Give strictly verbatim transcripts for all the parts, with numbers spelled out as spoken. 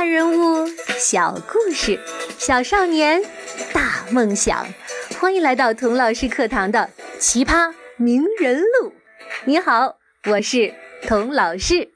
人物，小故事，小少年，大梦想。欢迎来到童老师课堂的奇葩名人录。你好，我是童老师。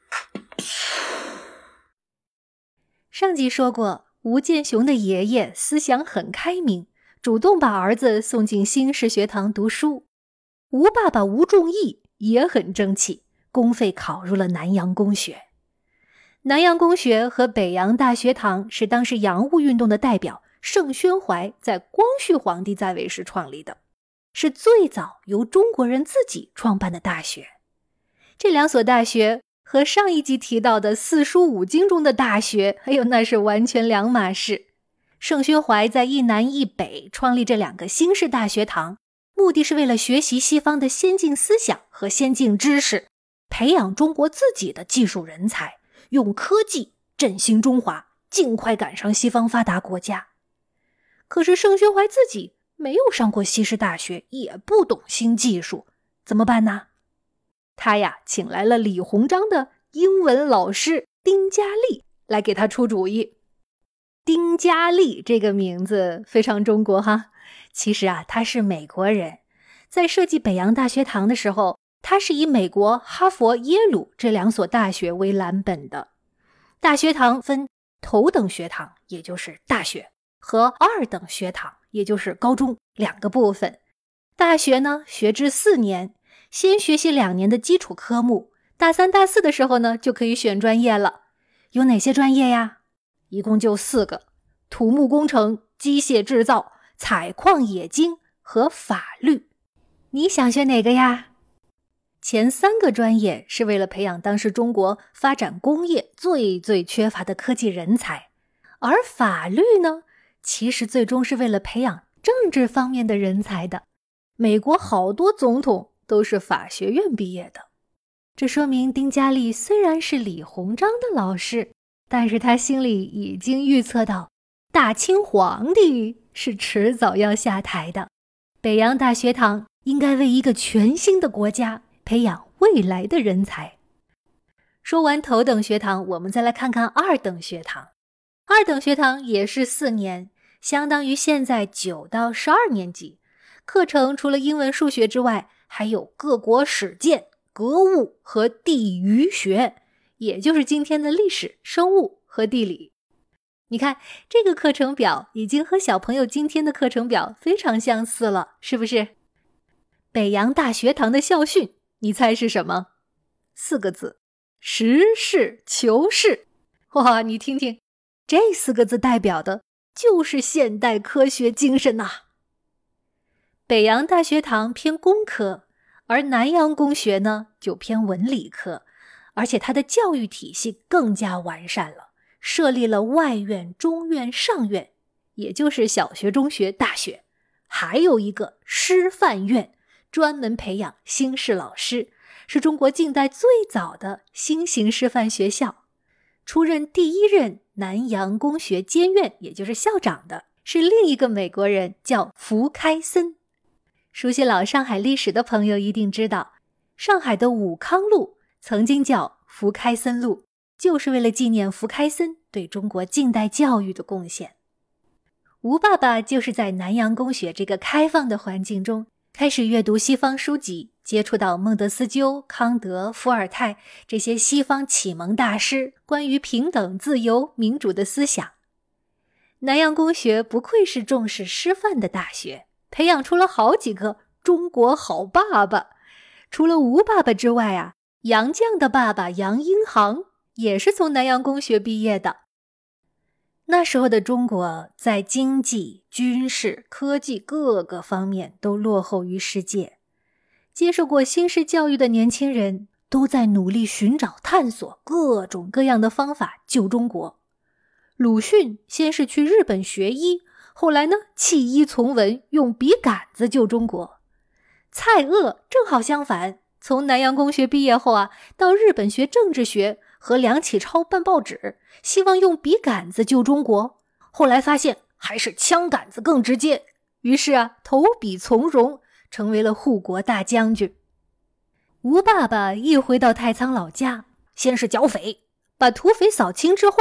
上集说过，吴健雄的爷爷思想很开明，主动把儿子送进新式学堂读书。吴爸爸吴仲义也很争气，公费考入了南洋公学。南洋公学和北洋大学堂是当时洋务运动的代表盛宣怀在光绪皇帝在位时创立的，是最早由中国人自己创办的大学。这两所大学和上一集提到的四书五经中的大学，哎呦，那是完全两码事。盛宣怀在一南一北创立这两个新式大学堂，目的是为了学习西方的先进思想和先进知识，培养中国自己的技术人才，用科技振兴中华，尽快赶上西方发达国家。可是盛宣怀自己没有上过西式大学，也不懂新技术，怎么办呢？他呀，请来了李鸿章的英文老师丁嘉丽来给他出主意。丁嘉丽这个名字非常中国哈，其实啊，他是美国人。在设计北洋大学堂的时候，他是以美国哈佛、耶鲁这两所大学为蓝本的。大学堂分头等学堂，也就是大学，和二等学堂，也就是高中两个部分。大学呢，学制四年，先学习两年的基础科目，大三大四的时候呢，就可以选专业了。有哪些专业呀？一共就四个：土木工程、机械制造、采矿冶金和法律。你想学哪个呀？前三个专业是为了培养当时中国发展工业最最缺乏的科技人才，而法律呢，其实最终是为了培养政治方面的人才的。美国好多总统都是法学院毕业的。这说明丁嘉丽虽然是李鸿章的老师，但是他心里已经预测到大清皇帝是迟早要下台的，北洋大学堂应该为一个全新的国家培养未来的人才。说完头等学堂，我们再来看看二等学堂。二等学堂也是四年，相当于现在九到十二年级。课程除了英文数学之外，还有各国史建、格物和地语学，也就是今天的历史、生物和地理。你看，这个课程表已经和小朋友今天的课程表非常相似了，是不是？北洋大学堂的校训，你猜是什么？四个字：实事求是。哇，你听听，这四个字代表的就是现代科学精神呐、啊。北洋大学堂偏工科，而南洋公学呢就偏文理科，而且它的教育体系更加完善了，设立了外院、中院、上院，也就是小学、中学、大学，还有一个师范院，专门培养新式老师，是中国近代最早的新型师范学校。出任第一任南洋公学监院，也就是校长的是另一个美国人，叫福开森。熟悉老上海历史的朋友一定知道，上海的武康路曾经叫福开森路，就是为了纪念福开森对中国近代教育的贡献。吴爸爸就是在南洋公学这个开放的环境中开始阅读西方书籍，接触到孟德斯鸠、康德、伏尔泰这些西方启蒙大师关于平等、自由、民主的思想。南洋公学不愧是重视师范的大学，培养出了好几个中国好爸爸。除了吴爸爸之外啊，杨绛的爸爸杨荫杭也是从南洋公学毕业的。那时候的中国在经济、军事、科技各个方面都落后于世界。接受过新式教育的年轻人都在努力寻找探索各种各样的方法救中国。鲁迅先是去日本学医，后来呢弃医从文，用笔杆子救中国。蔡锷正好相反，从南洋公学毕业后啊，到日本学政治学，和梁启超办报纸，希望用笔杆子救中国。后来发现还是枪杆子更直接，于是啊，投笔从戎，成为了护国大将军。吴爸爸一回到太仓老家，先是剿匪，把土匪扫清之后，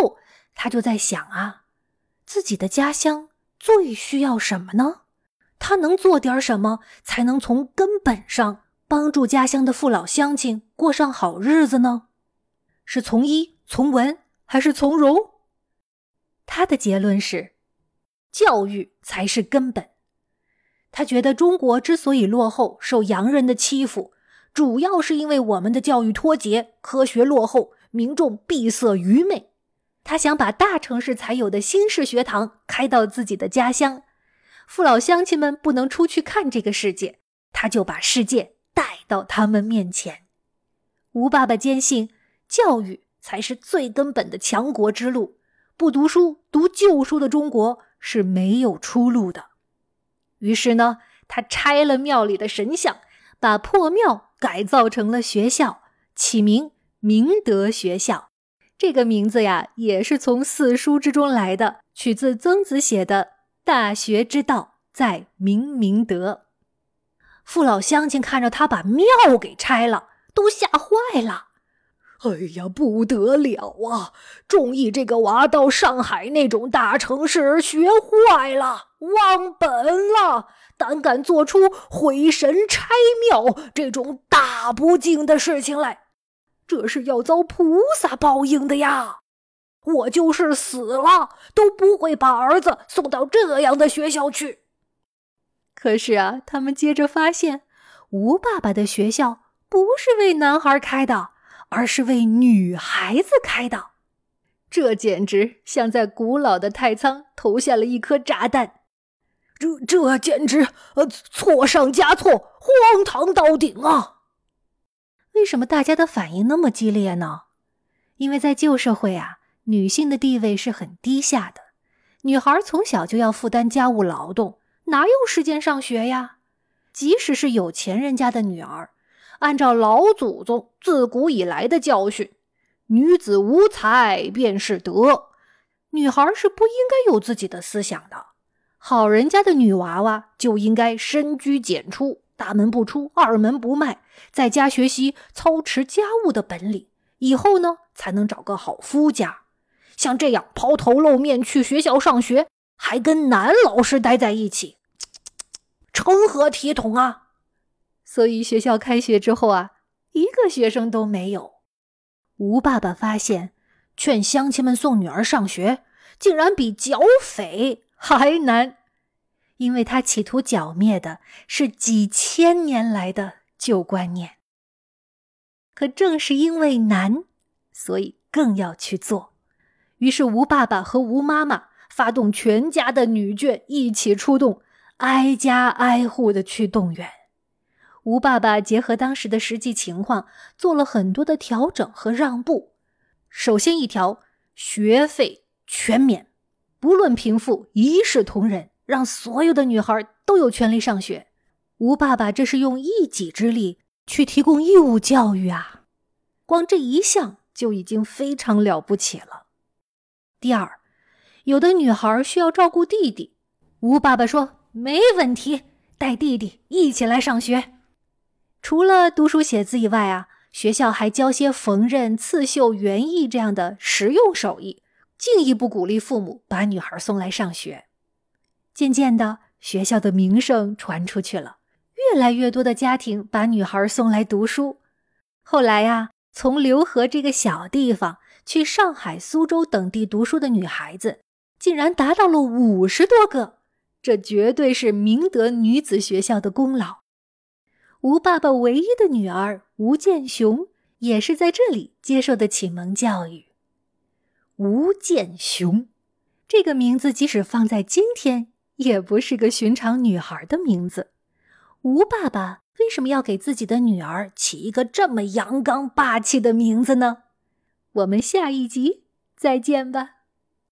他就在想啊，自己的家乡最需要什么呢？他能做点什么，才能从根本上帮助家乡的父老乡亲过上好日子呢？是从医、从文，还是从容？他的结论是，教育才是根本。他觉得中国之所以落后，受洋人的欺负，主要是因为我们的教育脱节，科学落后，民众闭塞愚昧。他想把大城市才有的新式学堂开到自己的家乡，父老乡亲们不能出去看这个世界，他就把世界带到他们面前。吴爸爸坚信，教育才是最根本的强国之路，不读书，读旧书的中国是没有出路的。于是呢，他拆了庙里的神像，把破庙改造成了学校，起名明德学校。这个名字呀，也是从四书之中来的，取自曾子写的大学之道，在明明德。父老乡亲看着他把庙给拆了，都吓坏了。哎呀，不得了啊！仲义这个娃到上海那种大城市学坏了，忘本了，胆敢做出毁神拆庙这种大不敬的事情来，这是要遭菩萨报应的呀！我就是死了，都不会把儿子送到这样的学校去。可是啊，他们接着发现，吴爸爸的学校不是为男孩开的，而是为女孩子开的。这简直像在古老的太仓投下了一颗炸弹。这这简直呃错上加错，荒唐到顶啊！为什么大家的反应那么激烈呢？因为在旧社会啊，女性的地位是很低下的，女孩从小就要负担家务劳动，哪有时间上学呀？即使是有钱人家的女儿，按照老祖宗自古以来的教训，女子无才便是德，女孩是不应该有自己的思想的。好人家的女娃娃就应该深居简出，大门不出，二门不迈，在家学习操持家务的本领，以后呢才能找个好夫家。像这样抛头露面去学校上学，还跟男老师待在一起，成何体统啊！所以学校开学之后啊，一个学生都没有。吴爸爸发现，劝乡亲们送女儿上学，竟然比剿匪还难，因为他企图剿灭的是几千年来的旧观念。可正是因为难，所以更要去做。于是吴爸爸和吴妈妈发动全家的女眷一起出动，挨家挨户的去动员。吴爸爸结合当时的实际情况，做了很多的调整和让步。首先一条，学费全免，不论贫富，一视同仁，让所有的女孩都有权利上学。吴爸爸这是用一己之力去提供义务教育啊，光这一项就已经非常了不起了。第二，有的女孩需要照顾弟弟，吴爸爸说没问题，带弟弟一起来上学。除了读书写字以外啊，学校还教些缝纫、刺绣、园艺这样的实用手艺，进一步鼓励父母把女孩送来上学。渐渐的，学校的名声传出去了，越来越多的家庭把女孩送来读书。后来呀，从浏河这个小地方去上海、苏州等地读书的女孩子，竟然达到了五十多个，这绝对是明德女子学校的功劳。吴爸爸唯一的女儿吴建雄也是在这里接受的启蒙教育。吴建雄这个名字即使放在今天也不是个寻常女孩的名字。吴爸爸为什么要给自己的女儿起一个这么阳刚霸气的名字呢？我们下一集再见吧。